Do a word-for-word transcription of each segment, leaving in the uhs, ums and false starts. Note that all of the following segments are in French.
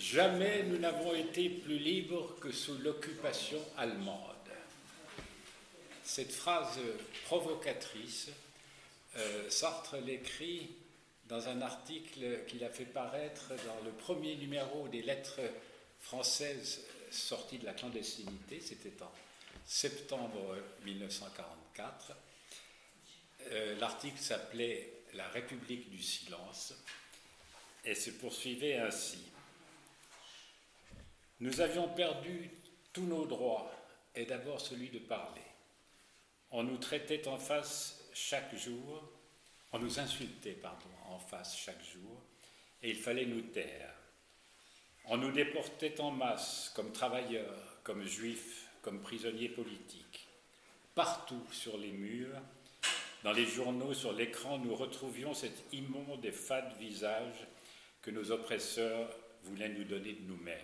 Jamais nous n'avons été plus libres que sous l'occupation allemande. Cette phrase provocatrice, euh, Sartre l'écrit dans un article qu'il a fait paraître dans le premier numéro des Lettres françaises sorties de la clandestinité, c'était en septembre mille neuf cent quarante-quatre. Euh, l'article s'appelait « La République du silence » et se poursuivait ainsi. Nous avions perdu tous nos droits, et d'abord celui de parler. On nous traitait en face chaque jour, on nous insultait, pardon, en face chaque jour, et il fallait nous taire. On nous déportait en masse, comme travailleurs, comme juifs, comme prisonniers politiques. Partout sur les murs, dans les journaux, sur l'écran, nous retrouvions cet immonde et fade visage que nos oppresseurs voulaient nous donner de nous-mêmes.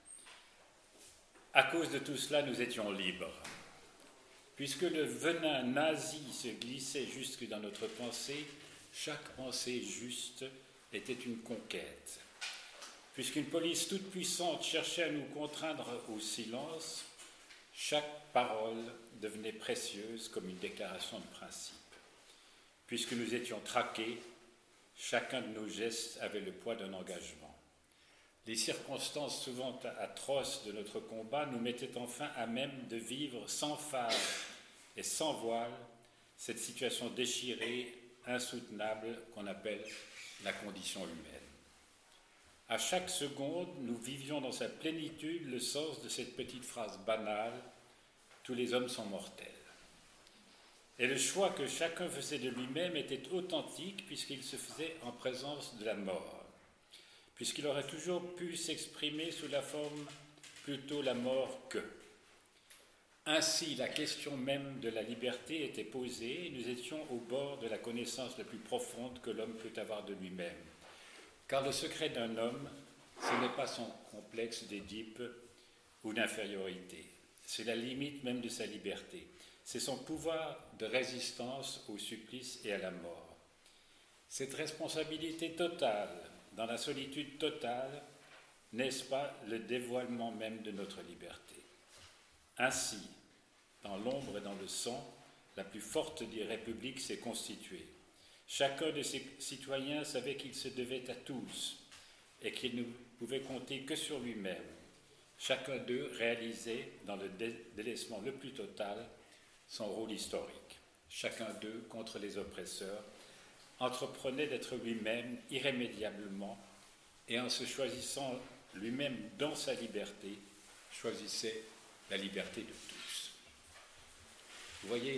À cause de tout cela, nous étions libres. Puisque le venin nazi se glissait jusque dans notre pensée, chaque pensée juste était une conquête. Puisqu'une police toute puissante cherchait à nous contraindre au silence, chaque parole devenait précieuse comme une déclaration de principe. Puisque nous étions traqués, chacun de nos gestes avait le poids d'un engagement. Les circonstances souvent atroces de notre combat nous mettaient enfin à même de vivre sans phare et sans voile cette situation déchirée, insoutenable qu'on appelle la condition humaine. À chaque seconde, nous vivions dans sa plénitude le sens de cette petite phrase banale « Tous les hommes sont mortels ». Et le choix que chacun faisait de lui-même était authentique puisqu'il se faisait en présence de la mort. Puisqu'il aurait toujours pu s'exprimer sous la forme plutôt la mort que. Ainsi, la question même de la liberté était posée et nous étions au bord de la connaissance la plus profonde que l'homme peut avoir de lui-même. Car le secret d'un homme, ce n'est pas son complexe d'Édipe ou d'infériorité, c'est la limite même de sa liberté, c'est son pouvoir de résistance au supplice et à la mort. Cette responsabilité totale, dans la solitude totale, n'est-ce pas le dévoilement même de notre liberté? Ainsi, dans l'ombre et dans le sang, la plus forte des républiques s'est constituée. Chacun de ses citoyens savait qu'il se devait à tous et qu'il ne pouvait compter que sur lui-même. Chacun d'eux réalisait, dans le délaissement le plus total, son rôle historique. Chacun d'eux, contre les oppresseurs, entreprenait d'être lui-même irrémédiablement et en se choisissant lui-même dans sa liberté, choisissait la liberté de tous. Vous voyez,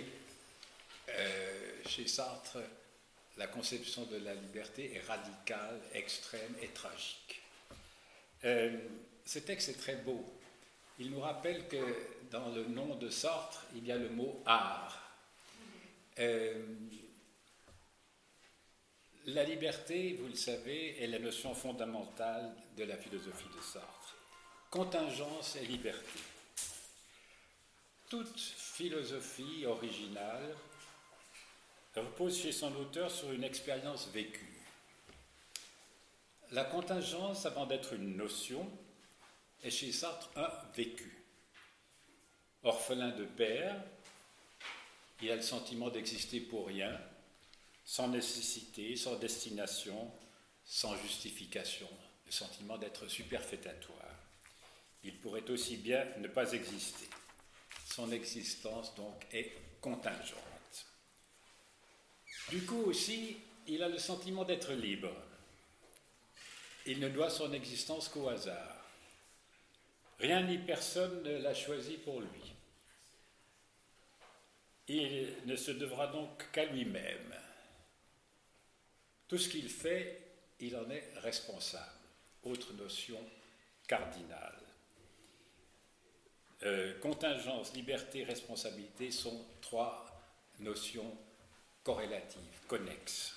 euh, chez Sartre, la conception de la liberté est radicale, extrême et tragique. Euh, ce texte est très beau. Il nous rappelle que dans le nom de Sartre, il y a le mot « art euh, ». La liberté, vous le savez, est la notion fondamentale de la philosophie de Sartre. Contingence et liberté. Toute philosophie originale repose chez son auteur sur une expérience vécue. La contingence, avant d'être une notion, est chez Sartre un vécu. Orphelin de père, il a le sentiment d'exister pour rien, sans nécessité, sans destination, sans justification, le sentiment d'être superfétatoire. Il pourrait aussi bien ne pas exister. Son existence, donc, est contingente. Du coup aussi, il a le sentiment d'être libre. Il ne doit son existence qu'au hasard. Rien ni personne ne l'a choisi pour lui. Il ne se devra donc qu'à lui-même. Tout ce qu'il fait, il en est responsable. Autre notion cardinale. Euh, contingence, liberté, responsabilité sont trois notions corrélatives, connexes.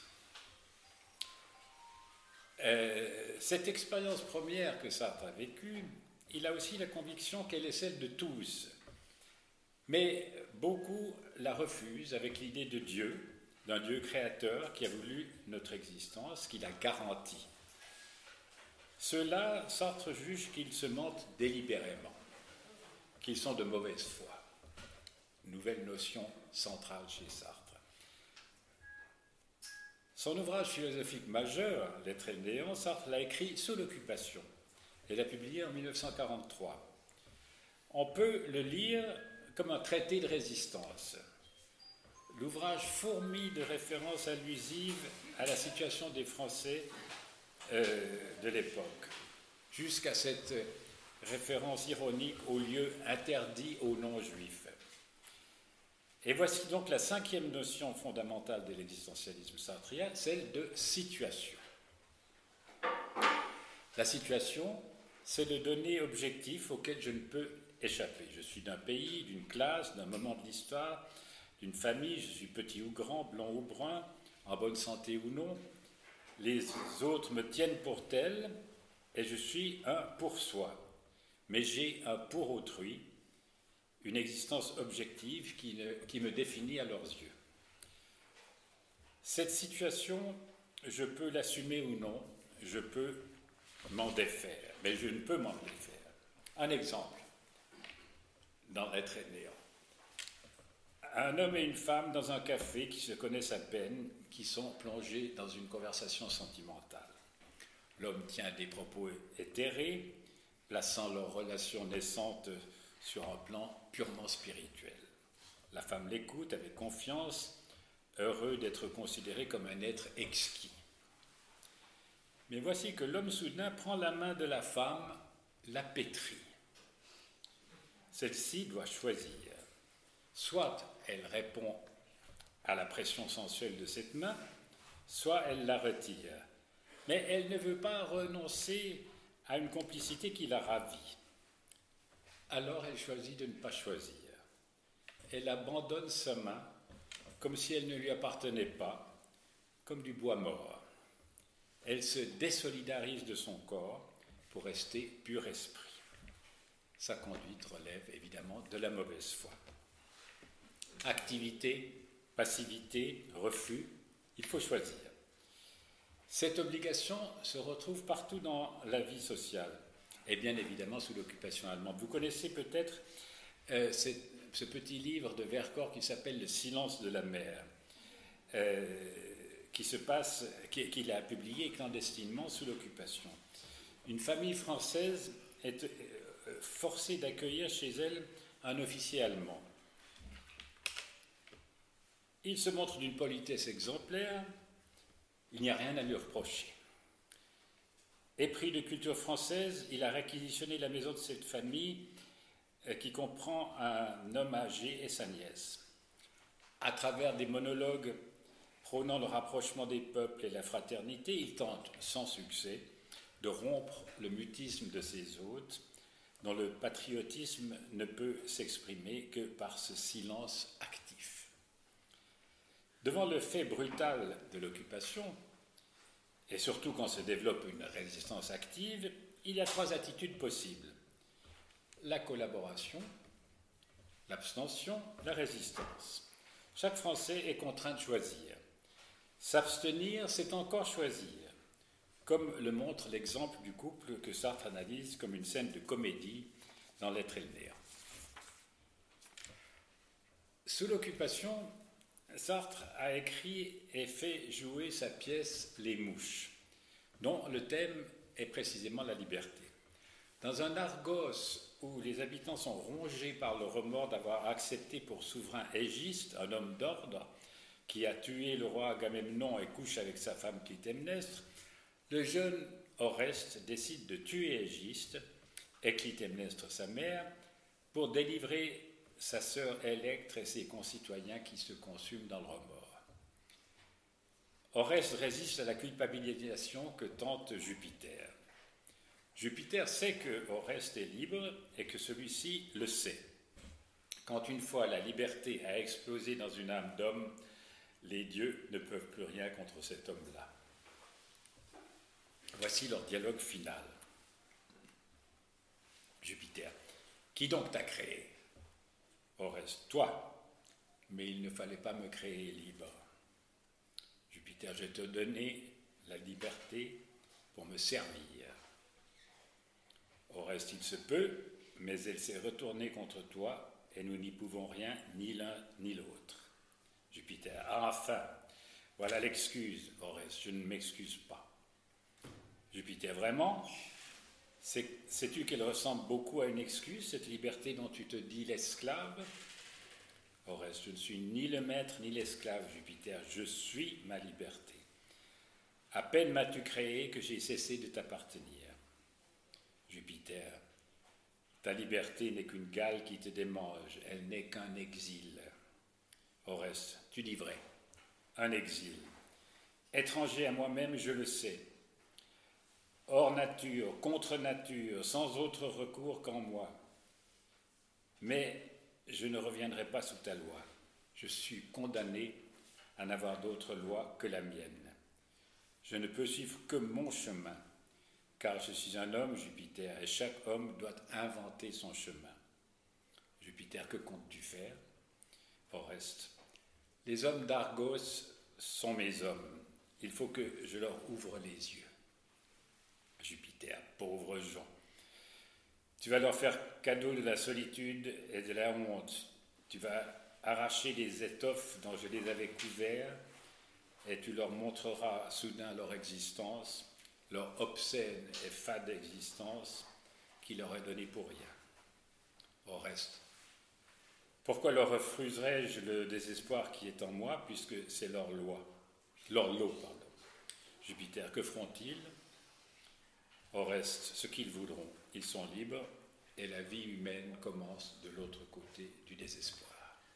Euh, cette expérience première que Sartre a vécue, il a aussi la conviction qu'elle est celle de tous. Mais beaucoup la refusent avec l'idée de Dieu, d'un Dieu créateur qui a voulu notre existence, qui l'a garantie. Ceux-là, Sartre juge qu'ils se mentent délibérément, qu'ils sont de mauvaise foi. Nouvelle notion centrale chez Sartre. Son ouvrage philosophique majeur, L'être et le néant, Sartre l'a écrit sous l'occupation et l'a publié en mille neuf cent quarante-trois. On peut le lire comme un traité de résistance. L'ouvrage fourmille de références allusives à la situation des Français euh, de l'époque, jusqu'à cette référence ironique aux lieux interdits aux non-juifs. Et voici donc la cinquième notion fondamentale de l'existentialisme sartrien, celle de situation. La situation, c'est le donné objectif auquel je ne peux échapper. Je suis d'un pays, d'une classe, d'un moment de l'histoire, d'une famille, je suis petit ou grand, blond ou brun, en bonne santé ou non. Les autres me tiennent pour tel, et je suis un pour soi. Mais j'ai un pour autrui, une existence objective qui, ne, qui me définit à leurs yeux. Cette situation, je peux l'assumer ou non, je peux m'en défaire, mais je ne peux m'en défaire. Un exemple, dans L'être et le néant. Un homme et une femme dans un café qui se connaissent à peine, qui sont plongés dans une conversation sentimentale. L'homme tient des propos éthérés, plaçant leur relation naissante sur un plan purement spirituel. La femme l'écoute avec confiance, heureux d'être considéré comme un être exquis. Mais voici que l'homme soudain prend la main de la femme, la pétrit. Celle-ci doit choisir. Soit elle répond à la pression sensuelle de cette main, soit elle la retire. Mais elle ne veut pas renoncer à une complicité qui la ravit. Alors elle choisit de ne pas choisir. Elle abandonne sa main comme si elle ne lui appartenait pas, comme du bois mort. Elle se désolidarise de son corps pour rester pur esprit. Sa conduite relève évidemment de la mauvaise foi. Activité, passivité, refus, il faut choisir. Cette obligation se retrouve partout dans la vie sociale. Et bien évidemment sous l'occupation allemande. Vous connaissez peut-être euh, ce petit livre de Vercors qui s'appelle « Le silence de la mer euh, », qui se passe, qui, qu'il a publié clandestinement sous l'occupation. Une famille française est euh, forcée d'accueillir chez elle un officier allemand. Il se montre d'une politesse exemplaire, il n'y a rien à lui reprocher. Épris de culture française, il a réquisitionné la maison de cette famille euh, qui comprend un homme âgé et sa nièce. À travers des monologues prônant le rapprochement des peuples et la fraternité, il tente, sans succès, de rompre le mutisme de ses hôtes, dont le patriotisme ne peut s'exprimer que par ce silence actif. Devant le fait brutal de l'occupation, et surtout quand se développe une résistance active, il y a trois attitudes possibles. La collaboration, l'abstention, la résistance. Chaque Français est contraint de choisir. S'abstenir, c'est encore choisir, comme le montre l'exemple du couple que Sartre analyse comme une scène de comédie dans L'être et le néant. Sous l'occupation, Sartre a écrit et fait jouer sa pièce « Les mouches », dont le thème est précisément la liberté. Dans un Argos où les habitants sont rongés par le remords d'avoir accepté pour souverain Égiste, un homme d'ordre, qui a tué le roi Agamemnon et couche avec sa femme Clytemnestre, le jeune Oreste décide de tuer Égiste et Clytemnestre, sa mère, pour délivrer sa sœur Électre et ses concitoyens qui se consument dans le remords. Oreste résiste à la culpabilisation que tente Jupiter. Jupiter sait que Oreste est libre et que celui-ci le sait. Quand une fois la liberté a explosé dans une âme d'homme, les dieux ne peuvent plus rien contre cet homme-là. Voici leur dialogue final. Jupiter. Qui donc t'a créé ? Oreste, toi, mais il ne fallait pas me créer libre. Jupiter, je te donnais la liberté pour me servir. Au reste, il se peut, mais elle s'est retournée contre toi, et nous n'y pouvons rien, ni l'un ni l'autre. Jupiter. Ah, enfin, voilà l'excuse. Au reste, je ne m'excuse pas. Jupiter. Vraiment? Sais-tu qu'elle ressemble beaucoup à une excuse, cette liberté dont tu te dis l'esclave? Au reste, je ne suis ni le maître ni l'esclave, Jupiter, je suis ma liberté. À peine m'as-tu créé que j'ai cessé de t'appartenir. Jupiter, ta liberté n'est qu'une gale qui te démange, elle n'est qu'un exil. Au reste, tu dis vrai, un exil. Étranger à moi-même, je le sais. Hors nature, contre nature, sans autre recours qu'en moi. Mais je ne reviendrai pas sous ta loi. Je suis condamné à n'avoir d'autre loi que la mienne. Je ne peux suivre que mon chemin, car je suis un homme, Jupiter, et chaque homme doit inventer son chemin. Jupiter, que comptes-tu faire? Au reste, les hommes d'Argos sont mes hommes. Il faut que je leur ouvre les yeux. Jupiter, pauvres gens. Tu vas leur faire cadeau de la solitude et de la honte. Tu vas arracher les étoffes dont je les avais couverts et tu leur montreras soudain leur existence, leur obscène et fade existence qui leur est donnée pour rien. Au reste, pourquoi leur refuserais-je le désespoir qui est en moi puisque c'est leur loi, leur lot, pardon. Jupiter, que feront-ils? Au reste, ce qu'ils voudront, ils sont libres et la vie humaine commence de l'autre côté du désespoir.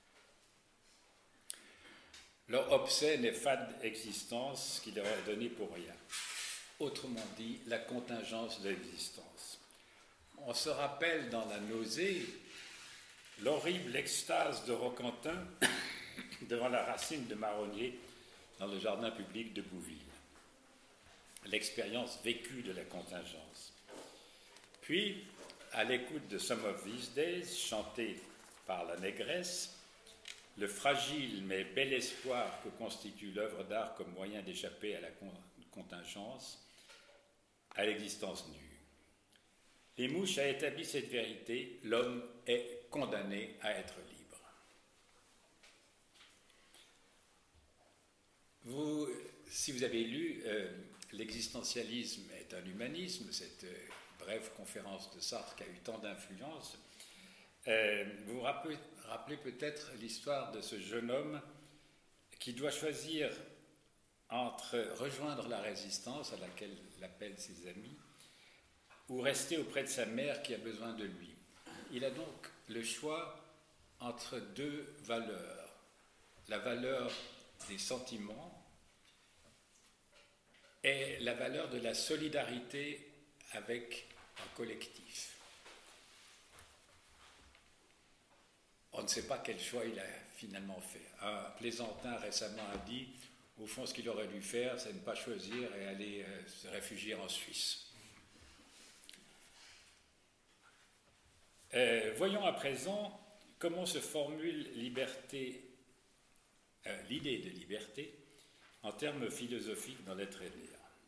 Leur obscène et fade existence qui leur est donnée pour rien. Autrement dit, la contingence de l'existence. On se rappelle dans la nausée l'horrible extase de Roquentin devant la racine de marronnier dans le jardin public de Bouville. L'expérience vécue de la contingence. Puis, à l'écoute de Some of These Days, chanté par la négresse, le fragile mais bel espoir que constitue l'œuvre d'art comme moyen d'échapper à la contingence, à l'existence nue. Les Mouches a établi cette vérité, l'homme est condamné à être libre. Vous, si vous avez lu euh, L'existentialisme est un humanisme, cette euh, brève conférence de Sartre qui a eu tant d'influence, euh, vous vous rappelez, rappelez peut-être l'histoire de ce jeune homme qui doit choisir entre rejoindre la résistance à laquelle l'appellent ses amis ou rester auprès de sa mère qui a besoin de lui. Il a donc le choix entre deux valeurs, la valeur des sentiments et la valeur de la solidarité avec un collectif. On ne sait pas quel choix il a finalement fait. Un plaisantin récemment a dit, au fond, ce qu'il aurait dû faire, c'est ne pas choisir et aller euh, se réfugier en Suisse. Euh, voyons à présent comment se formule liberté, euh, l'idée de liberté en termes philosophiques dans l'être aîné.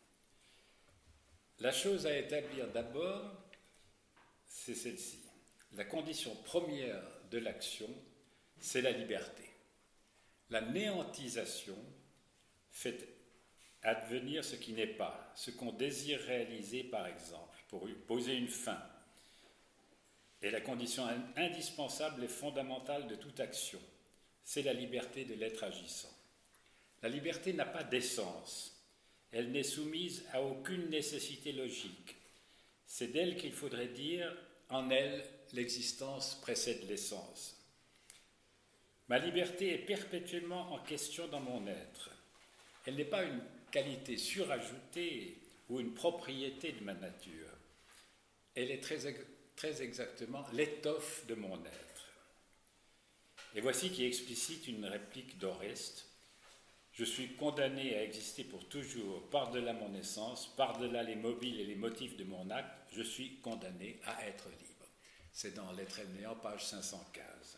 La chose à établir d'abord, c'est celle-ci. La condition première de l'action, c'est la liberté. La néantisation fait advenir ce qui n'est pas, ce qu'on désire réaliser par exemple, pour poser une fin. Et la condition indispensable et fondamentale de toute action, c'est la liberté de l'être agissant. La liberté n'a pas d'essence. Elle n'est soumise à aucune nécessité logique. C'est d'elle qu'il faudrait dire, en elle, l'existence précède l'essence. Ma liberté est perpétuellement en question dans mon être. Elle n'est pas une qualité surajoutée ou une propriété de ma nature. Elle est très, très exactement l'étoffe de mon être. Et voici qui explicite une réplique d'Oreste. Je suis condamné à exister pour toujours par-delà mon essence, par-delà les mobiles et les motifs de mon acte, je suis condamné à être libre. C'est dans L'être et le néant, page cinq cent quinze.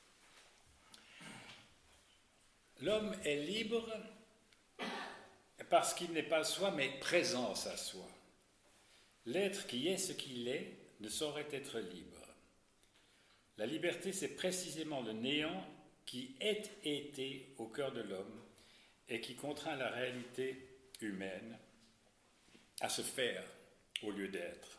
L'homme est libre parce qu'il n'est pas soi, mais présence à soi. L'être qui est ce qu'il est ne saurait être libre. La liberté, c'est précisément le néant qui est été au cœur de l'homme et qui contraint la réalité humaine à se faire au lieu d'être.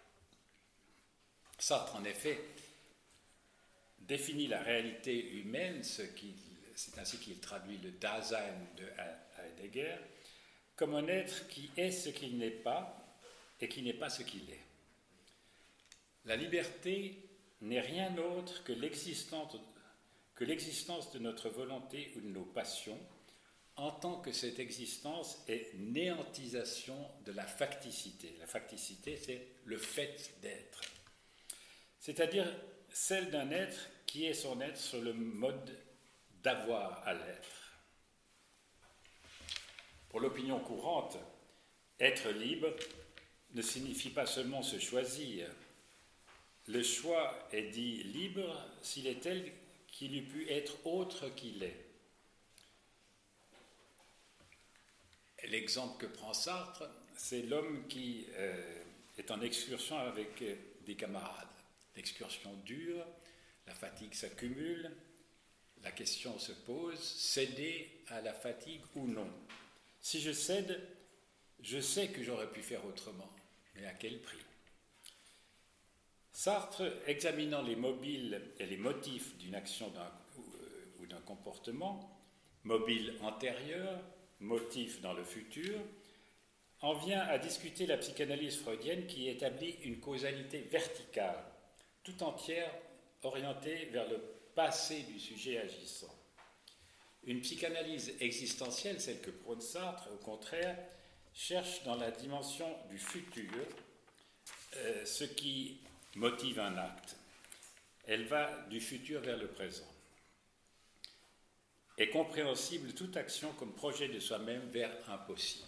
Sartre, en effet, définit la réalité humaine, ce qu'il, c'est ainsi qu'il traduit le Dasein de Heidegger, comme un être qui est ce qu'il n'est pas et qui n'est pas ce qu'il est. La liberté n'est rien d'autre que l'existence, que l'existence de notre volonté ou de nos passions, en tant que cette existence est néantisation de la facticité. La facticité, c'est le fait d'être. C'est-à-dire celle d'un être qui est son être sur le mode d'avoir à l'être. Pour l'opinion courante, être libre ne signifie pas seulement se choisir. Le choix est dit libre s'il est tel qu'il eût pu être autre qu'il est. L'exemple que prend Sartre, c'est l'homme qui euh, est en excursion avec euh, des camarades. L'excursion dure, la fatigue s'accumule, la question se pose, céder à la fatigue ou non. Si je cède, je sais que j'aurais pu faire autrement, mais à quel prix ? Sartre, examinant les mobiles et les motifs d'une action d'un, ou, euh, ou d'un comportement, mobile antérieur, motif dans le futur, en vient à discuter la psychanalyse freudienne qui établit une causalité verticale, tout entière orientée vers le passé du sujet agissant. Une psychanalyse existentielle, celle que prône Sartre, au contraire, cherche dans la dimension du futur euh, ce qui motive un acte. Elle va du futur vers le présent. Est compréhensible toute action comme projet de soi-même vers un possible.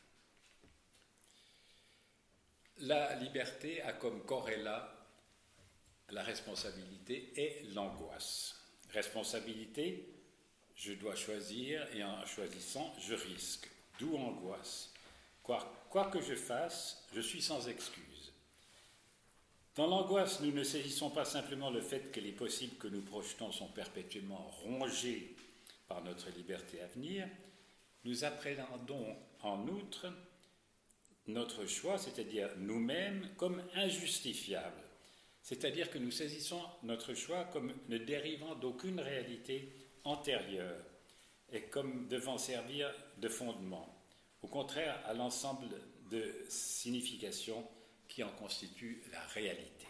La liberté a comme corrélat la responsabilité et l'angoisse. Responsabilité, je dois choisir et en choisissant, je risque. D'où angoisse. Quoi, quoi que je fasse, je suis sans excuse. Dans l'angoisse, nous ne saisissons pas simplement le fait que les possibles que nous projetons sont perpétuellement rongés par notre liberté à venir, nous appréhendons en outre notre choix, c'est-à-dire nous-mêmes, comme injustifiable. C'est-à-dire que nous saisissons notre choix comme ne dérivant d'aucune réalité antérieure et comme devant servir de fondement, au contraire à l'ensemble de significations qui en constituent la réalité.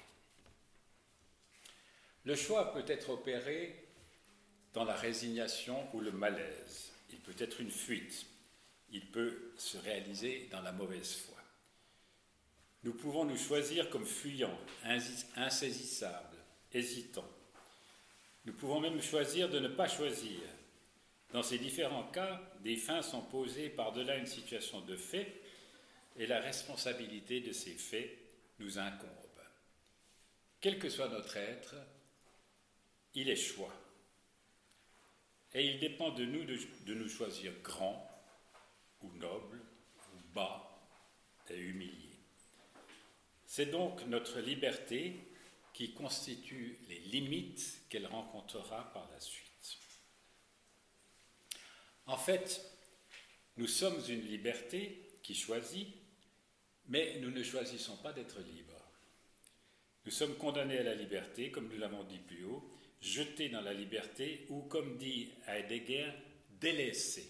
Le choix peut être opéré dans la résignation ou le malaise. Il peut être une fuite. Il peut se réaliser dans la mauvaise foi. Nous pouvons nous choisir comme fuyants, insaisissables, hésitants. Nous pouvons même choisir de ne pas choisir. Dans ces différents cas, des fins sont posées par-delà une situation de fait et la responsabilité de ces faits nous incombe. Quel que soit notre être, il est choix. Et il dépend de nous de, de nous choisir grand ou noble ou bas et humilié. C'est donc notre liberté qui constitue les limites qu'elle rencontrera par la suite. En fait, nous sommes une liberté qui choisit, mais nous ne choisissons pas d'être libres. Nous sommes condamnés à la liberté, comme nous l'avons dit plus haut, jetés dans la liberté ou, comme dit Heidegger, délaissés.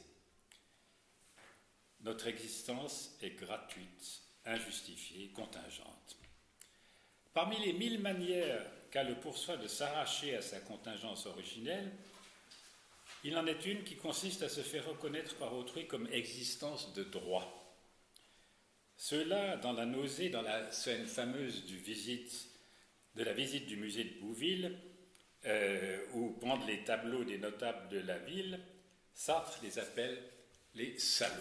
Notre existence est gratuite, injustifiée, contingente. Parmi les mille manières qu'a le pour-soi de s'arracher à sa contingence originelle, il en est une qui consiste à se faire reconnaître par autrui comme existence de droit. Ceux-là, dans la nausée, dans la scène fameuse du visite, de la visite du musée de Bouville, euh, où pendent les tableaux des notables de la ville, Sartre les appelle les salauds.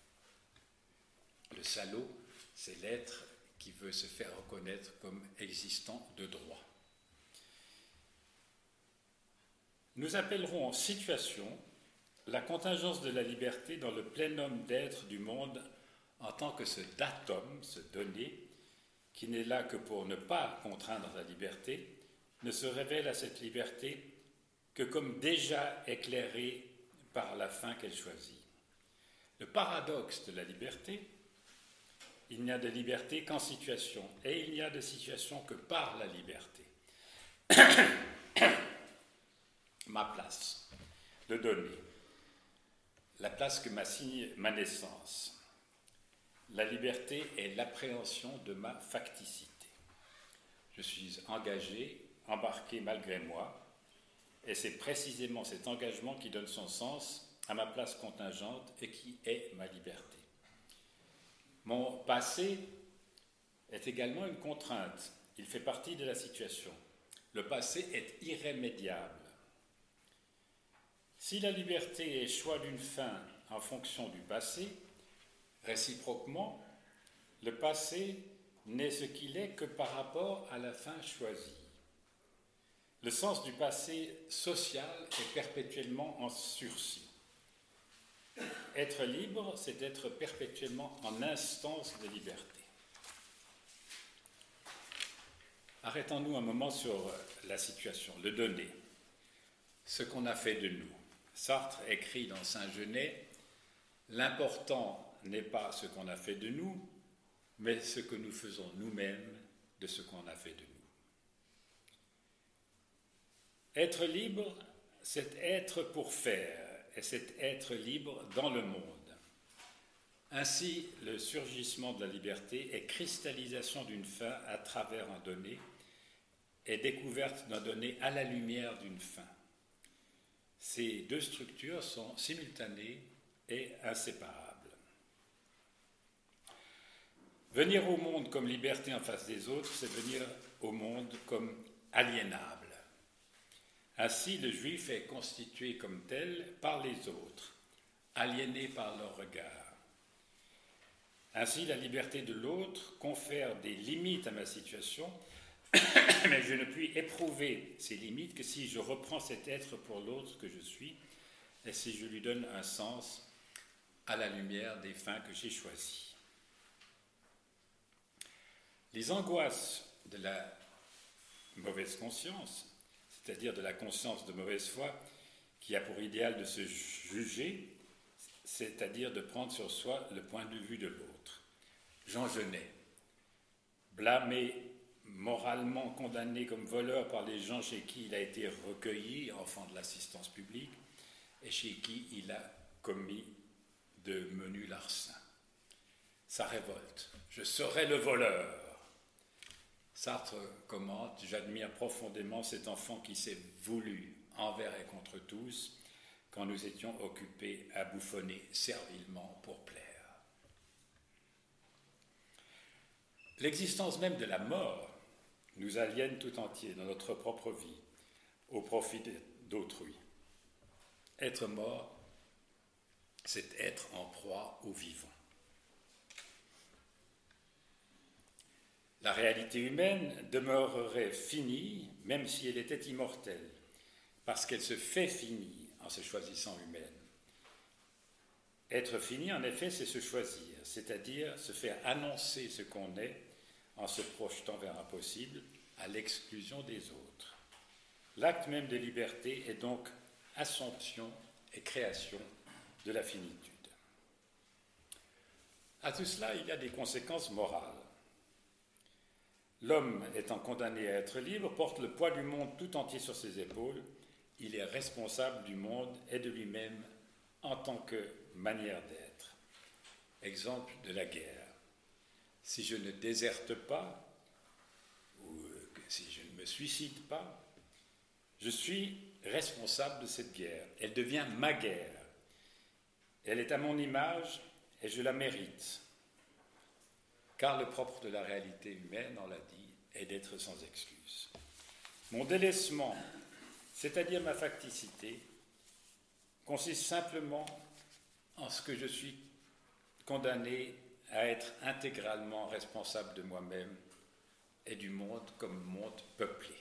Le salaud, c'est l'être qui veut se faire reconnaître comme existant de droit. Nous appellerons en situation la contingence de la liberté dans le plénum d'être du monde en tant que ce datum, ce donné, qui n'est là que pour ne pas contraindre la liberté, ne se révèle à cette liberté que comme déjà éclairée par la fin qu'elle choisit. Le paradoxe de la liberté, il n'y a de liberté qu'en situation, et il n'y a de situation que par la liberté. Ma place, de donner, la place que m'assigne ma naissance. La liberté est l'appréhension de ma facticité. Je suis engagé, embarqué malgré moi, et c'est précisément cet engagement qui donne son sens à ma place contingente et qui est ma liberté. Mon passé est également une contrainte. Il fait partie de la situation. Le passé est irrémédiable. Si la liberté est choix d'une fin en fonction du passé, réciproquement, le passé n'est ce qu'il est que par rapport à la fin choisie. Le sens du passé social est perpétuellement en sursis. Être libre, c'est être perpétuellement en instance de liberté. Arrêtons-nous un moment sur la situation, le donner, ce qu'on a fait de nous. Sartre écrit dans Saint-Genet, « L'important n'est pas ce qu'on a fait de nous, mais ce que nous faisons nous-mêmes de ce qu'on a fait de nous. » Être libre, c'est être pour faire, et c'est être libre dans le monde. Ainsi, le surgissement de la liberté est cristallisation d'une fin à travers un donné et découverte d'un donné à la lumière d'une fin. Ces deux structures sont simultanées et inséparables. Venir au monde comme liberté en face des autres, c'est venir au monde comme aliénable. Ainsi, le juif est constitué comme tel par les autres, aliéné par leur regard. Ainsi, la liberté de l'autre confère des limites à ma situation, mais je ne puis éprouver ces limites que si je reprends cet être pour l'autre que je suis et si je lui donne un sens à la lumière des fins que j'ai choisies. Les angoisses de la mauvaise conscience, c'est-à-dire de la conscience de mauvaise foi, qui a pour idéal de se juger, c'est-à-dire de prendre sur soi le point de vue de l'autre. Jean Genet, blâmé, moralement condamné comme voleur par les gens chez qui il a été recueilli, enfant de l'assistance publique, et chez qui il a commis de menus larcins. Sa révolte, je serai le voleur. Sartre commente, j'admire profondément cet enfant qui s'est voulu envers et contre tous quand nous étions occupés à bouffonner servilement pour plaire. L'existence même de la mort nous aliène tout entier dans notre propre vie, au profit d'autrui. Être mort, c'est être en proie au vivant. La réalité humaine demeurerait finie, même si elle était immortelle, parce qu'elle se fait finie en se choisissant humaine. Être fini, en effet, c'est se choisir, c'est-à-dire se faire annoncer ce qu'on est en se projetant vers un possible à l'exclusion des autres. L'acte même de liberté est donc assomption et création de la finitude. À tout cela, il y a des conséquences morales. L'homme, étant condamné à être libre, porte le poids du monde tout entier sur ses épaules. Il est responsable du monde et de lui-même en tant que manière d'être. Exemple de la guerre. Si je ne déserte pas, ou si je ne me suicide pas, je suis responsable de cette guerre. Elle devient ma guerre. Elle est à mon image et je la mérite. Car le propre de la réalité humaine, on l'a dit, est d'être sans excuse. Mon délaissement, c'est-à-dire ma facticité, consiste simplement en ce que je suis condamné à être intégralement responsable de moi-même et du monde comme monde peuplé.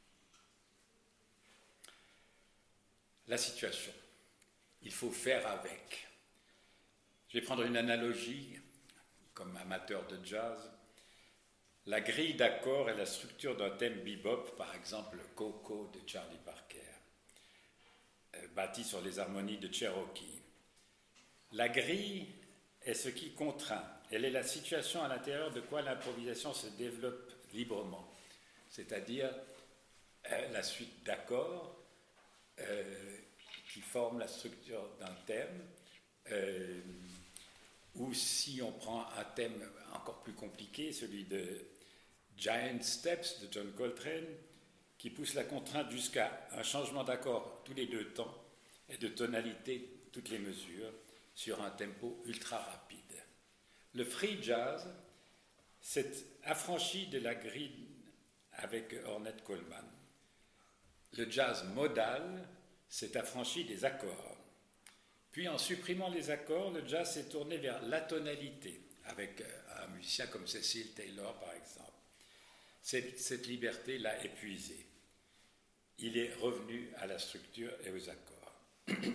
La situation, il faut faire avec. Je vais prendre une analogie, comme amateur de jazz. la grille d'accords et la structure d'un thème bebop, par exemple le Coco de Charlie Parker, euh, bâti sur les harmonies de Cherokee. La grille est ce qui contraint. Elle est la situation à l'intérieur de quoi l'improvisation se développe librement, c'est-à-dire euh, la suite d'accords euh, qui forment la structure d'un thème, euh, ou si on prend un thème encore plus compliqué, celui de Giant Steps de John Coltrane, qui pousse la contrainte jusqu'à un changement d'accord tous les deux temps et de tonalité toutes les mesures sur un tempo ultra rapide. Le free jazz s'est affranchi de la grille avec Ornette Coleman. Le jazz modal s'est affranchi des accords. Puis en supprimant les accords, le jazz s'est tourné vers l'atonalité, avec un musicien comme Cecil Taylor par exemple. Cette, cette liberté l'a épuisé. Il est revenu à la structure et aux accords.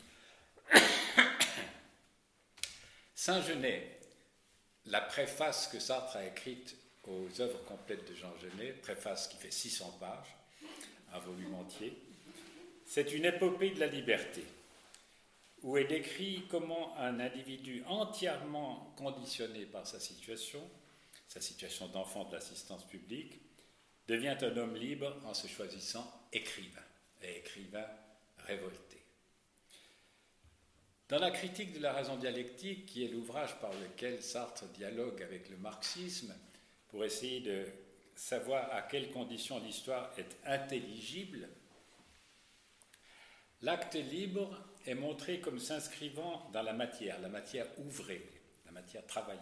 Saint-Genet, la préface que Sartre a écrite aux œuvres complètes de Jean Genet, préface qui fait six cents pages, un volume entier, c'est une épopée de la liberté, où est décrit comment un individu entièrement conditionné par sa situation, sa situation d'enfant de l'assistance publique, devient un homme libre en se choisissant écrivain, et écrivain révolté. Dans la critique de la raison dialectique, qui est l'ouvrage par lequel Sartre dialogue avec le marxisme, pour essayer de savoir à quelles conditions l'histoire est intelligible, l'acte libre est montré comme s'inscrivant dans la matière, la matière ouvrée, la matière travaillée.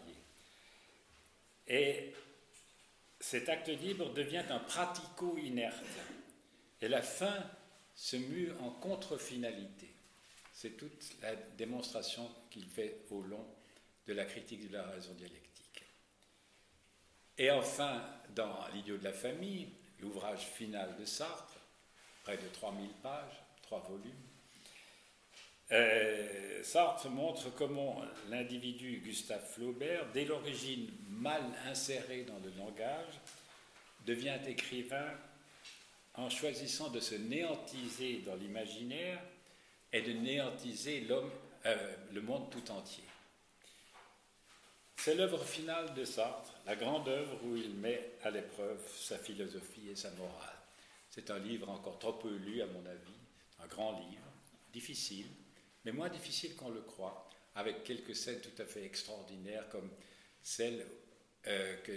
Et cet acte libre devient un pratico-inerte. Et la fin se mue en contre-finalité. C'est toute la démonstration qu'il fait au long de la critique de la raison dialectique. Et enfin, dans L'idiot de la famille, l'ouvrage final de Sartre, près de trois mille pages, trois volumes, euh, Sartre montre comment l'individu Gustave Flaubert, dès l'origine mal inséré dans le langage, devient écrivain en choisissant de se néantiser dans l'imaginaire et de néantiser l'homme, euh, le monde tout entier. C'est l'œuvre finale de Sartre, la grande œuvre où il met à l'épreuve sa philosophie et sa morale. C'est un livre encore trop peu lu, à mon avis, un grand livre, difficile, mais moins difficile qu'on le croit, avec quelques scènes tout à fait extraordinaires, comme celle euh, que,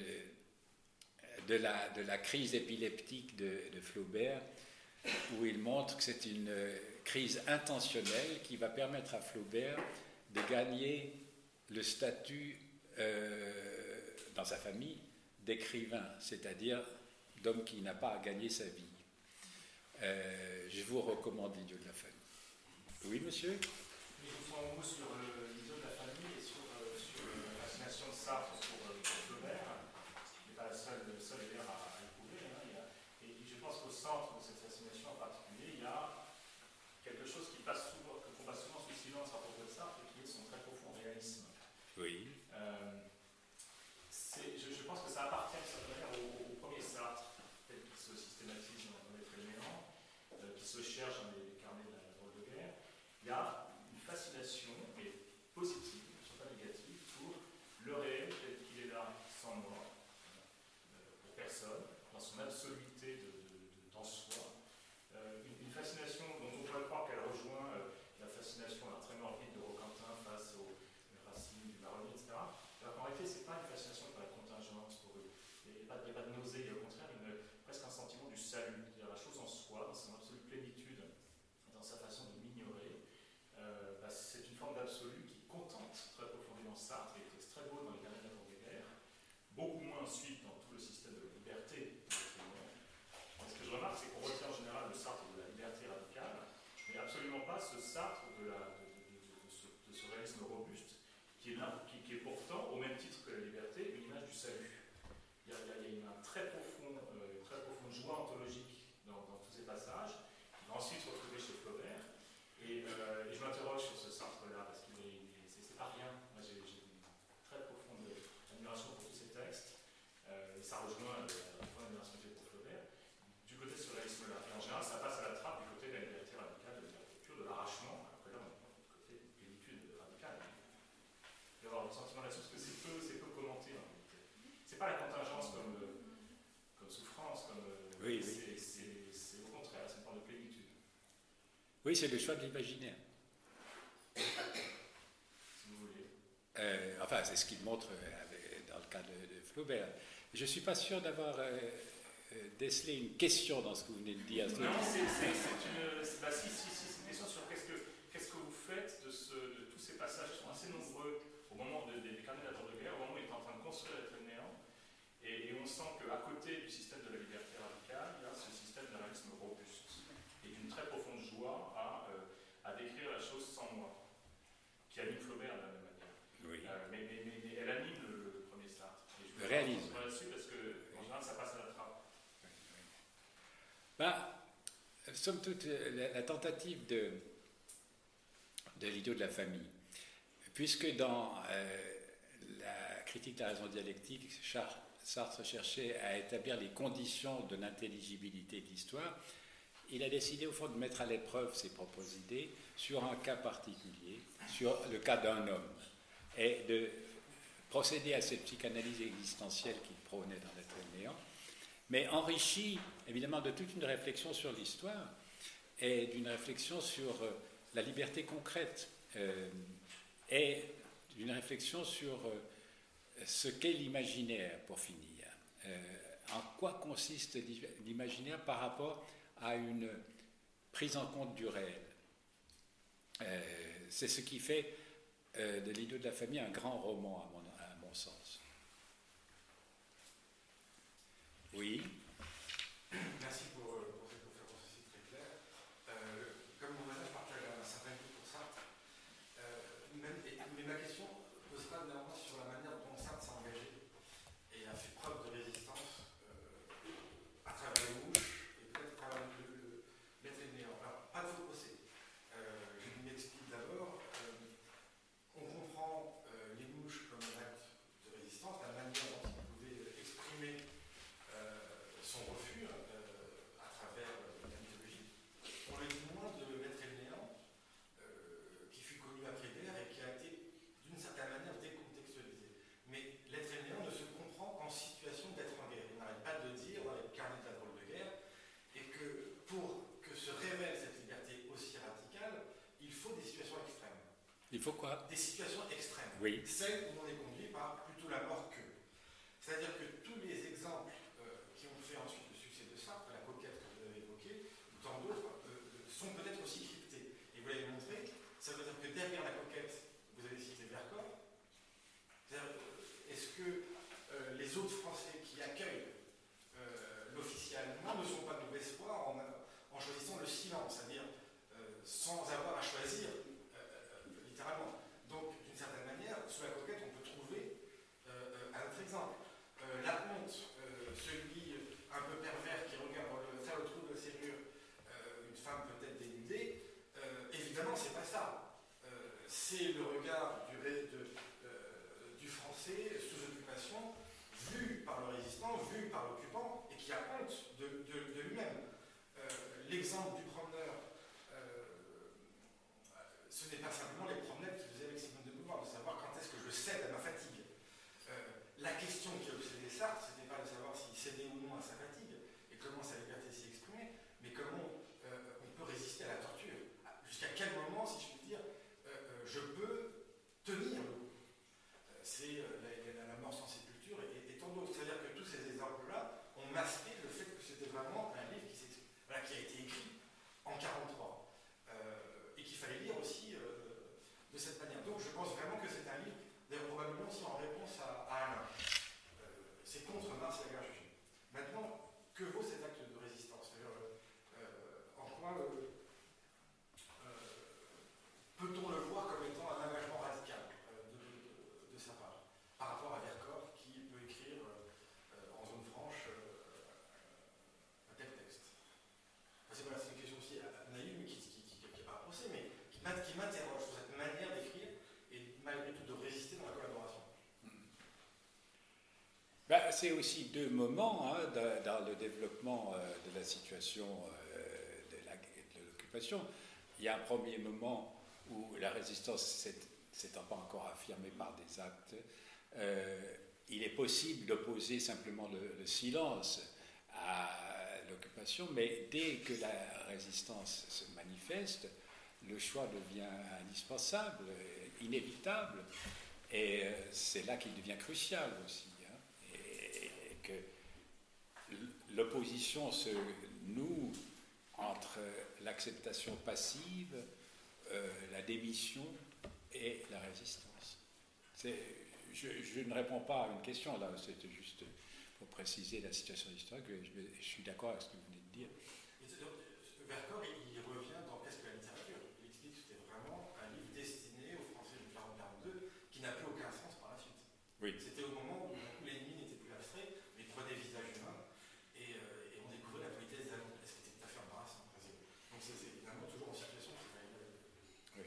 de, la, de la crise épileptique de, de Flaubert, où il montre que c'est une crise intentionnelle qui va permettre à Flaubert de gagner le statut euh, dans sa famille d'écrivain, c'est-à-dire d'homme qui n'a pas à gagner sa vie. Euh, je vous recommande L'idiot de la famille. Oui, monsieur? Je vous prends un mot sur euh, L'idiot de la famille et sur, euh, sur euh, la fascination de Sartre pour, euh, pour Flaubert, qui n'est pas la seule, le seul d'ailleurs à, à éprouver. Hein. Il y a, et je pense qu'au centre de cette fascination en particulier, il y a quelque chose qui passe souvent, qu'on passe souvent sous silence à propos de Sartre, et qui est son très profond réalisme. Oui. Euh, je, je pense que ça appartient de certaine manière au, au premier Sartre, tel qu'il se systématise dans les Fréménants, euh, qui se cherche dans les carnets de la drôle de guerre. Il y a une fascination, mais positive, ne sont pas négative, pour le réel tel qu'il est là, sans moi, euh, pour personne, dans son absoluité de, de, de, dans soi. Euh, une, une fascination dont on pourrait croire qu'elle rejoint euh, la fascination alors, très morbide de Roquentin face aux Racine, du Baronnier, et cetera. Alors qu'en réalité, ce n'est pas une fascination pour la contingence, pour eux. Il n'y a, a pas de nausée, il y a au contraire une, presque un sentiment du salut, c'est-à-dire la chose en soi, dans son absolue plénitude, dans sa façon de m'ignorer. Euh, bah, c'est une forme d'absolu qui contente très profondément Sartre, et qui est très beau dans les derniers œuvres de guerre, beaucoup moins ensuite dans tout le système de la liberté. Ce que je remarque, c'est qu'on retient en général le Sartre de la liberté radicale, mais absolument pas ce Sartre de, la, de, de, de, de, ce, de ce réalisme robuste, qui est, là, qui, qui est pourtant, au même titre que la liberté, une image du salut. Il y a, il y a une très profonde, euh, très profonde joie ontologique dans, dans tous ces passages, qui va ensuite se retrouver chez Flaubert. Et, euh, et je m'interroge sur ce Sartre-là, parce que c'est pas rien. Moi, j'ai, j'ai une très profonde admiration pour tous ces textes. Euh, Oui, c'est le choix de l'imaginaire. Si vous voulez. Euh, enfin, c'est ce qu'il montre dans le cas de, de Flaubert. Je ne suis pas sûr d'avoir euh, décelé une question dans ce que vous venez de dire. Non, c'est, c'est, c'est une... C'est, bah, si, si, si, c'est une question sur qu'est-ce que, qu'est-ce que vous faites de, ce, de tous ces passages qui sont assez nombreux au moment de, des carnets de la Drôle de Guerre, au moment où il est en train de construire l'être de néant, et, et on sent qu'à côté du système de la liberté radicale, il y a ce système d'un réalisme robuste, et d'une très profonde joie à, euh, à décrire la chose sans moi, qui anime Flaubert de la même manière. Oui. Euh, mais, mais, mais, mais elle anime le, le premier Sartre. Et je le réalisme. là-dessus parce que, en général, ça passe à la trappe. Oui, oui. Ben, somme toute, la, la tentative de, de l'idiot de la famille, puisque dans euh, la critique de la raison dialectique, Sartre cherchait à établir les conditions de l'intelligibilité de l'histoire, il a décidé au fond de mettre à l'épreuve ses propres idées sur un cas particulier, sur le cas d'un homme, et de procéder à cette psychanalyse existentielle qu'il prônait dans l'être et le néant, mais enrichi évidemment de toute une réflexion sur l'histoire et d'une réflexion sur euh, la liberté concrète euh, et d'une réflexion sur euh, ce qu'est l'imaginaire, pour finir. Euh, en quoi consiste l'imaginaire par rapport à une prise en compte du réel. Euh, c'est ce qui fait euh, de l'idiot de la famille un grand roman, à mon, à mon sens. Oui. Merci pour, pour cette conférence aussi très claire. Euh, comme mon voisin, je partage un certain goût pour Sartre. Euh, même, et, mais ma question posera néanmoins sur la manière dont Sartre s'est engagé et a fait preuve de résistance euh, à travers les mouches et peut-être à travers le, le, l'être et le néant. Alors, pas de faux procès. Euh, je m'explique d'abord. Euh, on comprend euh, les mouches comme un acte de résistance, la manière dont il pouvait exprimer euh, son refus euh, à travers euh, la mythologie. On le dit moins de l'être et le néant, euh, qui fut connu après-guerre et qui a été d'une certaine manière décontextualisé. Mais l'être et le néant ne se comprend qu'en situation d'être en guerre. On n'arrête pas de le dire dans les carnets de la Drôle de Guerre, et que pour que se révèle cette liberté aussi radicale, il faut des situations extrêmes. Il faut quoi? Des situations extrêmes. Oui. Celles où on est conduit par plutôt la mort que. C'est-à-dire que tous les exemples euh, qui ont fait ensuite le succès de Sartre, la coquette que vous avez évoquée, ou tant d'autres, euh, sont peut-être aussi cryptés. Et vous l'avez montré, ça veut dire que derrière la coquette, vous avez cité Vercors. C'est-à-dire, est-ce que euh, les autres Français qui accueillent euh, l'officier allemand ne sont pas de mauvaise foi en, en choisissant le silence, c'est-à-dire euh, sans avoir à choisir, euh, littéralement. Donc, d'une certaine manière, sous la coquette, on peut trouver euh, un autre exemple. Euh, la honte, euh, celui un peu pervers qui regarde dans le, faire le trou de la serrure, euh, une femme peut-être dénudée, euh, évidemment, c'est pas ça. Euh, c'est le regard du, de, euh, du français sous occupation, vu par le résistant, vu par l'occupant, et qui a honte de, de, de lui-même. Euh, l'exemple du promeneur, euh, ce n'est pas simplement les promenades qu'il faisait avec Simone de Beauvoir, de savoir quand est-ce que je cède à ma fatigue. Euh, la question qui obsédait Sartre, ce n'était pas de savoir s'il cédait ou non à sa fatigue, et comment sa liberté s'y exprimait, mais comment euh, on peut résister à la torture. Jusqu'à quel moment, si je puis dire, euh, euh, je peux tenir le coup. Euh, c'est euh, la, la, la mort sans sépulture et, et tant d'autres. C'est-à-dire que tous ces exemples-là ont masqué le fait que c'était vraiment un livre qui, voilà, qui a été écrit en quarante-trois euh, et qu'il fallait lire aussi euh, de cette manière. Donc je pense vraiment que c'est un livre, d'ailleurs probablement aussi en réponse à, à Alain. Euh, c'est contre Marx et la guerre jugée. Maintenant, que vaut cet acte de résistance? C'est-à-dire, euh, en quoi euh, euh, peut-on le voir comme étant un engagement radical euh, de, de, de sa part, par rapport à Vercors qui peut écrire euh, en zone franche euh, un tel texte? Enfin, c'est, voilà, c'est une question aussi naïve, mais qui n'est pas un procès, mais qui m'interroge sur cette manière d'écrire et malgré tout de résister dans la collaboration. Ben, c'est aussi deux moments hein, dans, dans le développement euh, de la situation euh, de, la, de l'occupation. Il y a un premier moment où la résistance s'étant pas encore affirmée par des actes, euh, il est possible d'opposer simplement le, le silence à l'occupation, mais dès que la résistance se manifeste, le choix devient indispensable, inévitable, et c'est là qu'il devient crucial aussi, hein, et, et que l'opposition se noue entre l'acceptation passive, euh, la démission et la résistance. C'est, je, je ne réponds pas à une question là, c'était juste pour préciser la situation historique. Je, je suis d'accord avec ce que vous venez de dire. Vercors, il revient dans Qu'est-ce que la littérature? Il explique que c'était vraiment un livre destiné aux Français de quarante quarante-deux qui n'a plus aucun sens par la suite. Oui. C'était au moment où l'ennemi n'était plus abstrait, mais il prenait visage humain et, euh, et on découvrait la politesse des Allemands. Est-ce que c'était tout à fait embarrassant? Donc c'est évidemment toujours en situation qui va Oui.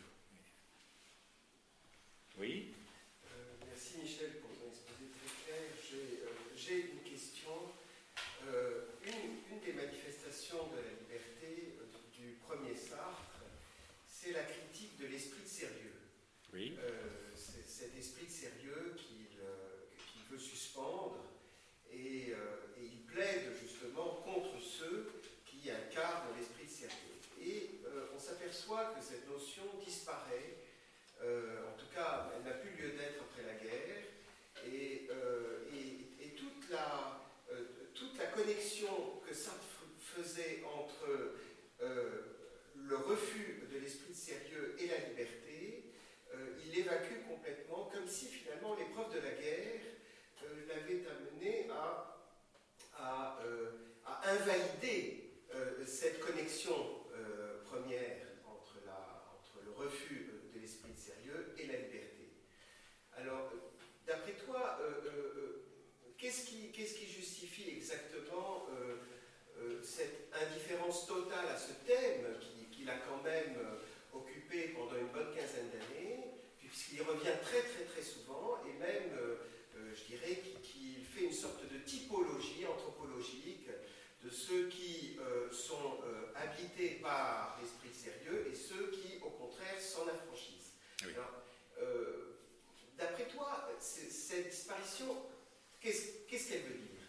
Oui. Euh, merci Michel pour ton exposé très clair. J'ai, euh, j'ai une question. Euh, une, une des manifestations de la liberté euh, du premier Sartre, c'est la critique de l'esprit de sérieux. Oui. Euh, c'est cet esprit de sérieux qu'il, euh, qu'il veut suspendre et, euh, et il plaide justement contre ceux qui incarnent l'esprit de sérieux. Et euh, on s'aperçoit que cette notion disparaît, euh, en tout cas elle n'a plus lieu d'être après la guerre, et, euh, et, et toute la... Euh, toute la connexion que Sartre faisait entre euh, le refus de l'esprit de sérieux et la liberté, euh, il l'évacue complètement, comme si finalement l'épreuve de la guerre euh, l'avait amené à, à, euh, à invalider euh, cette connexion euh, première entre, la, entre le refus de l'esprit de sérieux et la liberté. Alors, d'après toi, euh, euh, Qu'est-ce qui, qu'est-ce qui justifie exactement euh, euh, cette indifférence totale à ce thème qui, qui l'a quand même euh, occupé pendant une bonne quinzaine d'années, puisqu'il revient très très très souvent, et même, euh, euh, je dirais, qu'il fait une sorte de typologie anthropologique de ceux qui euh, sont euh, habités par l'esprit sérieux et ceux qui, au contraire, s'en affranchissent. Oui. Alors, euh, d'après toi, cette disparition... Qu'est-ce, qu'est-ce qu'elle veut dire?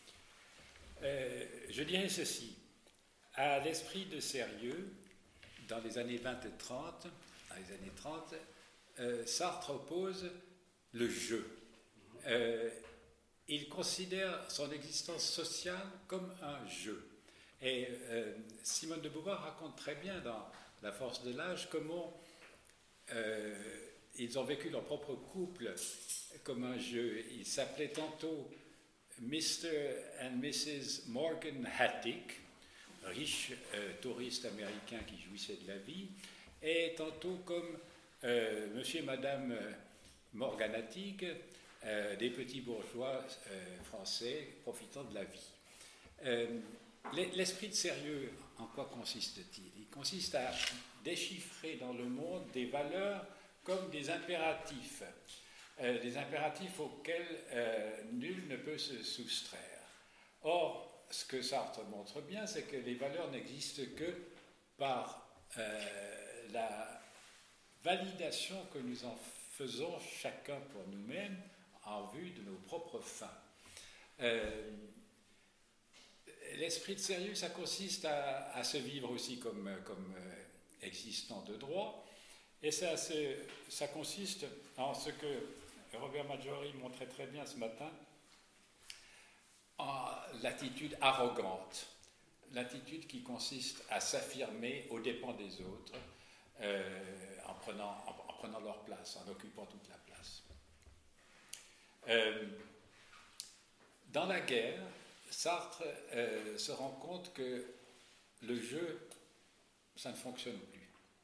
euh, Je dirais ceci. À l'esprit de sérieux, dans les années vingt et trente, dans les années trente, euh, Sartre oppose le jeu. Euh, il considère son existence sociale comme un jeu. Et euh, Simone de Beauvoir raconte très bien dans La force de l'âge comment euh, ils ont vécu leur propre couple comme un jeu. Il s'appelait tantôt mister and missus Morgan Hattick, riches euh, touristes américains qui jouissaient de la vie, et tantôt comme euh, monsieur et madame Morgan Hattick, euh, des petits bourgeois euh, français profitant de la vie. Euh, l'esprit de sérieux, en quoi consiste-t-il? Il consiste à déchiffrer dans le monde des valeurs comme des impératifs. Euh, des impératifs auxquels euh, nul ne peut se soustraire. Or, ce que Sartre montre bien, c'est que les valeurs n'existent que par euh, la validation que nous en faisons chacun pour nous-mêmes en vue de nos propres fins. Euh, l'esprit de sérieux, ça consiste à, à se vivre aussi comme, comme euh, existant de droit, et ça, ça consiste en ce que Robert Maggiori montrait très bien ce matin, en l'attitude arrogante, l'attitude qui consiste à s'affirmer aux dépens des autres, euh, en, prenant, en, en prenant leur place, en occupant toute la place. Euh, dans la guerre, Sartre euh, se rend compte que le jeu, ça ne fonctionne plus.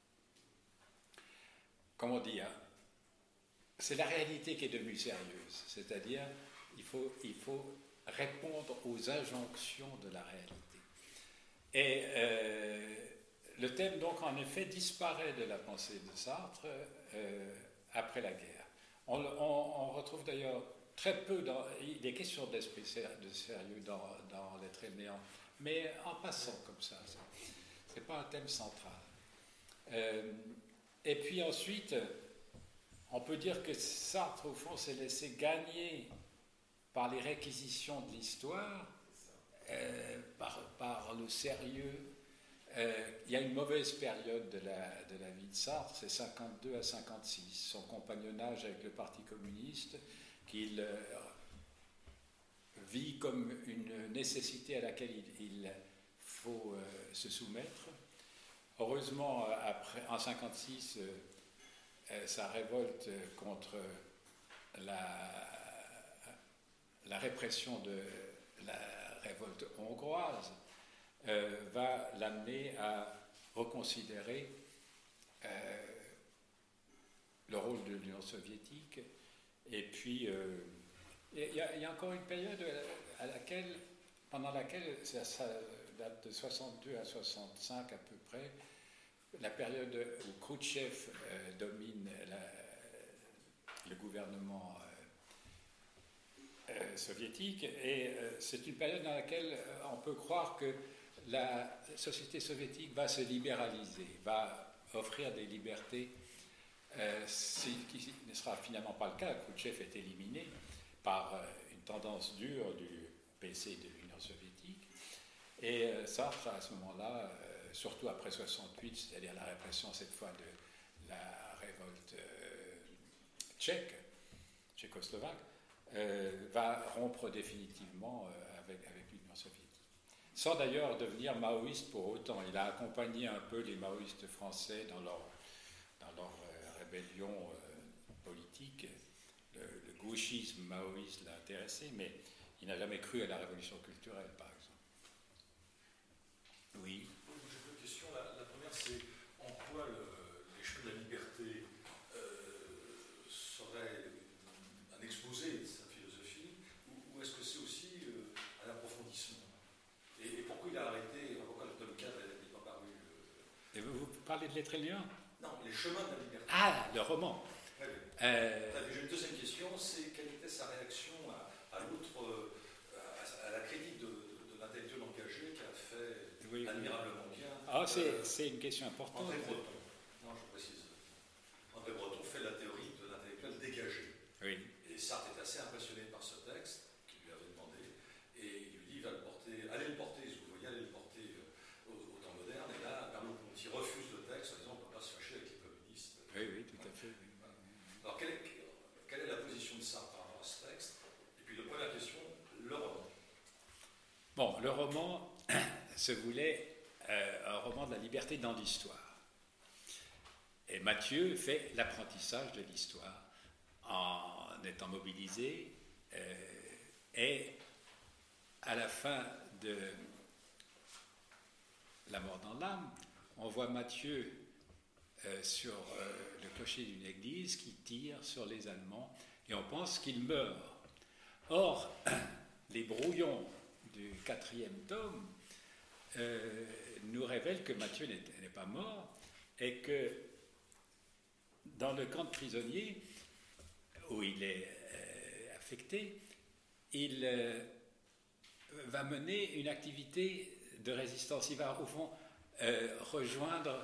Comme on dit, hein, c'est la réalité qui est devenue sérieuse, c'est-à-dire il faut, il faut répondre aux injonctions de la réalité. Et euh, le thème, donc, en effet, disparaît de la pensée de Sartre euh, après la guerre. On, on, on retrouve d'ailleurs très peu, dans, il est question d'esprit de sérieux dans, dans L'être et le néant, mais en passant comme ça, ce n'est pas un thème central. Euh, et puis ensuite, on peut dire que Sartre, au fond, s'est laissé gagner par les réquisitions de l'histoire, euh, par, par le sérieux, Euh, il y a une mauvaise période de la, de la vie de Sartre, c'est cinquante-deux à cinquante-six, son compagnonnage avec le Parti communiste, qu'il euh, vit comme une nécessité à laquelle il, il faut euh, se soumettre. Heureusement, après, en cinquante-six, euh, euh, sa révolte contre la, la répression de la révolte hongroise euh, va l'amener à reconsidérer euh, le rôle de l'Union soviétique. Et puis, euh, il y, y a encore une période à laquelle, pendant laquelle, ça, ça date de soixante-deux à soixante-cinq à peu près, la période où Khrouchtchev euh, domine la, le gouvernement euh, euh, soviétique, et euh, c'est une période dans laquelle euh, on peut croire que la société soviétique va se libéraliser, va offrir des libertés, euh, ce qui ne sera finalement pas le cas. Khrouchtchev est éliminé par euh, une tendance dure du P C de l'Union soviétique, et euh, Sartre, à ce moment-là, euh, surtout après soixante-huit, c'est-à-dire la répression cette fois de la révolte euh, tchèque, tchécoslovaque, euh, va rompre définitivement euh, avec, avec l'Union soviétique. Sans d'ailleurs devenir maoïste pour autant. Il a accompagné un peu les maoïstes français dans leur, dans leur euh, rébellion euh, politique. Le, le gauchisme maoïste l'a intéressé, mais il n'a jamais cru à la révolution culturelle, par exemple. Oui. J'ai deux questions. La, la première, c'est en quoi le, les chemins de la liberté euh, seraient un exposé de sa philosophie, ou, ou est-ce que c'est aussi euh, un approfondissement? et, et pourquoi il a arrêté, pourquoi le tome quatre n'est pas paru euh... Et vous, vous parlez de L'Être et le Néant? Non, les chemins de la liberté. Ah, le roman. Oui, oui. Euh... J'ai une deuxième question, c'est quelle était sa réaction à, à l'autre, euh, à, à la critique de, de, de l'intellectuel engagé qui a fait oui, admirablement oui. bien. Ah, c'est, euh, c'est une question importante. André Breton. Non, je précise. André Breton fait la théorie de l'intellectuel dégagé. Oui. Et Sartre est assez impressionné par ce texte qu'il lui avait demandé, et il lui dit va le porter, allez le porter, vous voyez, allez le porter au, au temps moderne. Et là, Merleau-Ponty refuse le texte en disant on ne peut pas se fâcher avec les communistes. Oui, oui, tout à fait. Oui. Alors, quelle est, quelle est la position de Sartre par rapport à ce texte? Et puis, la première question, le roman. Bon, le roman se voulait euh, un roman de la liberté dans l'histoire. Et Mathieu fait l'apprentissage de l'histoire en étant mobilisé, euh, et à la fin de La mort dans l'âme, on voit Mathieu euh, sur euh, le clocher d'une église qui tire sur les Allemands, et on pense qu'il meurt. Or, les brouillons du quatrième tome euh, nous révèlent que Mathieu n'est, n'est pas mort, et que dans le camp de prisonniers où il est euh, affecté, il euh, va mener une activité de résistance. Il va au fond euh, rejoindre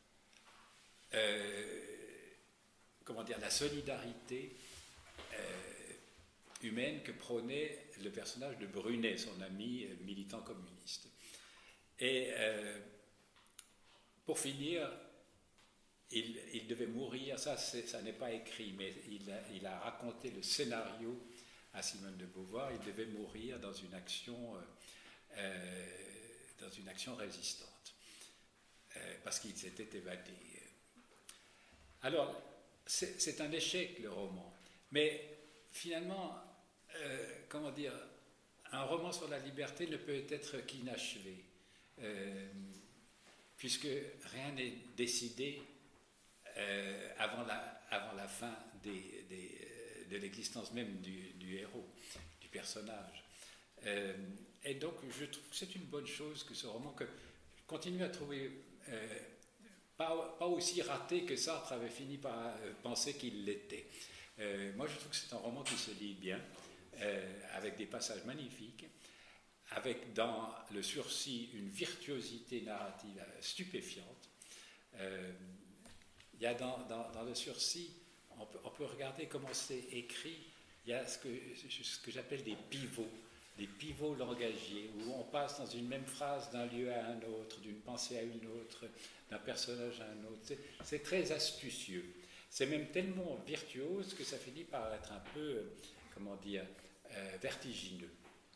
euh, comment dire, la solidarité euh, humaine que prônait le personnage de Brunet, son ami euh, militant communiste. Et euh, pour finir, il, il devait mourir, ça, c'est, ça n'est pas écrit, mais il a, il a raconté le scénario à Simone de Beauvoir. Il devait mourir dans une action, euh, euh, dans une action résistante, euh, parce qu'il s'était évadé. Alors, c'est, c'est un échec, le roman, mais finalement, euh, comment dire, un roman sur la liberté ne peut être qu'inachevé, euh, puisque rien n'est décidé euh, avant, la, avant la fin des, des, de l'existence même du, du héros, du personnage. Euh, et donc, je trouve que c'est une bonne chose que ce roman, que je continue à trouver euh, pas, pas aussi raté que Sartre avait fini par euh, penser qu'il l'était. Euh, moi, je trouve que c'est un roman qui se lit bien, euh, avec des passages magnifiques, avec dans le sursis une virtuosité narrative stupéfiante. Euh, il y a dans, dans, dans le sursis, on peut, on peut regarder comment c'est écrit, il y a ce que, ce que j'appelle des pivots. des pivots langagiers, où on passe dans une même phrase d'un lieu à un autre, d'une pensée à une autre, d'un personnage à un autre. C'est, c'est très astucieux. C'est même tellement virtuose que ça finit par être un peu, euh, comment dire, euh, vertigineux.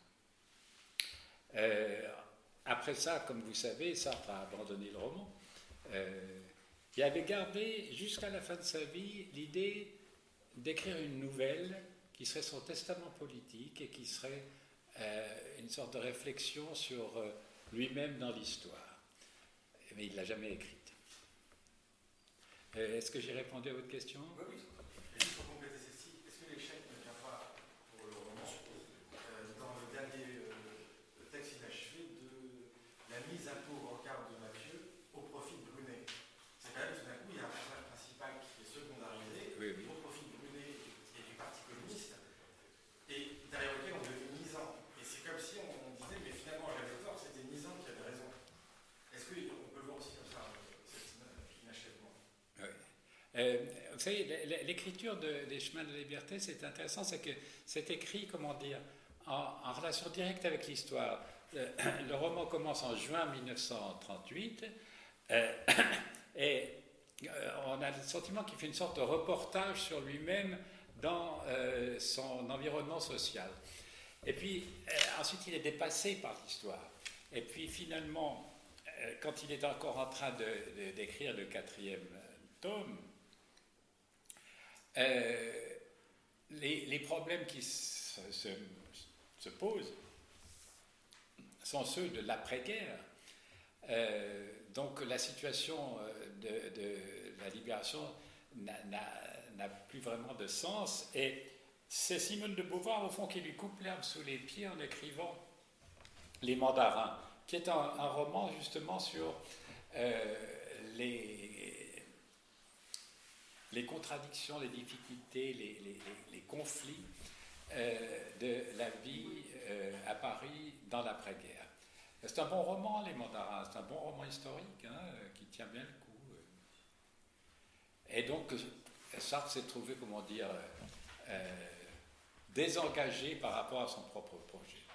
Euh, après ça, comme vous savez, Sartre a abandonné le roman. Euh, il avait gardé jusqu'à la fin de sa vie l'idée d'écrire une nouvelle qui serait son testament politique et qui serait euh, une sorte de réflexion sur euh, lui-même dans l'histoire. Mais il ne l'a jamais écrite. Euh, est-ce que j'ai répondu à votre question ? Oui, oui. Et juste pour compléter ceci, est-ce que l'échec ne vient pas, pour le roman, euh, dans le dernier euh, texte inachevé de la mise à peau au regard de Mathieu au profit de Brunet? C'est quand même tout d'un coup, il y a un personnage principal qui est secondarisé Oui, oui. au profit de Brunet et du Parti communiste, et derrière lequel on devait Nizan. Et c'est comme si on, on disait, mais finalement, j'avais tort, c'était Nizan qui avait raison. Est-ce qu'on peut le voir aussi comme ça, cet inachèvement? Oui. Euh, vous savez, l'écriture de, des Chemins de la Liberté, c'est intéressant, c'est que c'est écrit, comment dire, en, en relation directe avec l'histoire. Le, le roman commence en juin mille neuf cent trente-huit, euh, et euh, on a le sentiment qu'il fait une sorte de reportage sur lui-même dans euh, son environnement social. Et puis, euh, ensuite, il est dépassé par l'histoire. Et puis, finalement, euh, quand il est encore en train de, de, d'écrire le quatrième tome, euh, les, les problèmes qui se, se, se posent sont ceux de l'après-guerre. Euh, donc la situation de, de la libération n'a, n'a, n'a plus vraiment de sens, et c'est Simone de Beauvoir au fond qui lui coupe l'herbe sous les pieds en écrivant Les Mandarins, qui est un, un roman justement sur euh, les, les contradictions, les difficultés, les, les, les conflits euh, de la vie euh, à Paris dans l'après-guerre. C'est un bon roman, Les Mandarins, c'est un bon roman historique hein, qui tient bien le coup. Et donc, Sartre s'est trouvé, comment dire, euh, désengagé par rapport à son propre projet.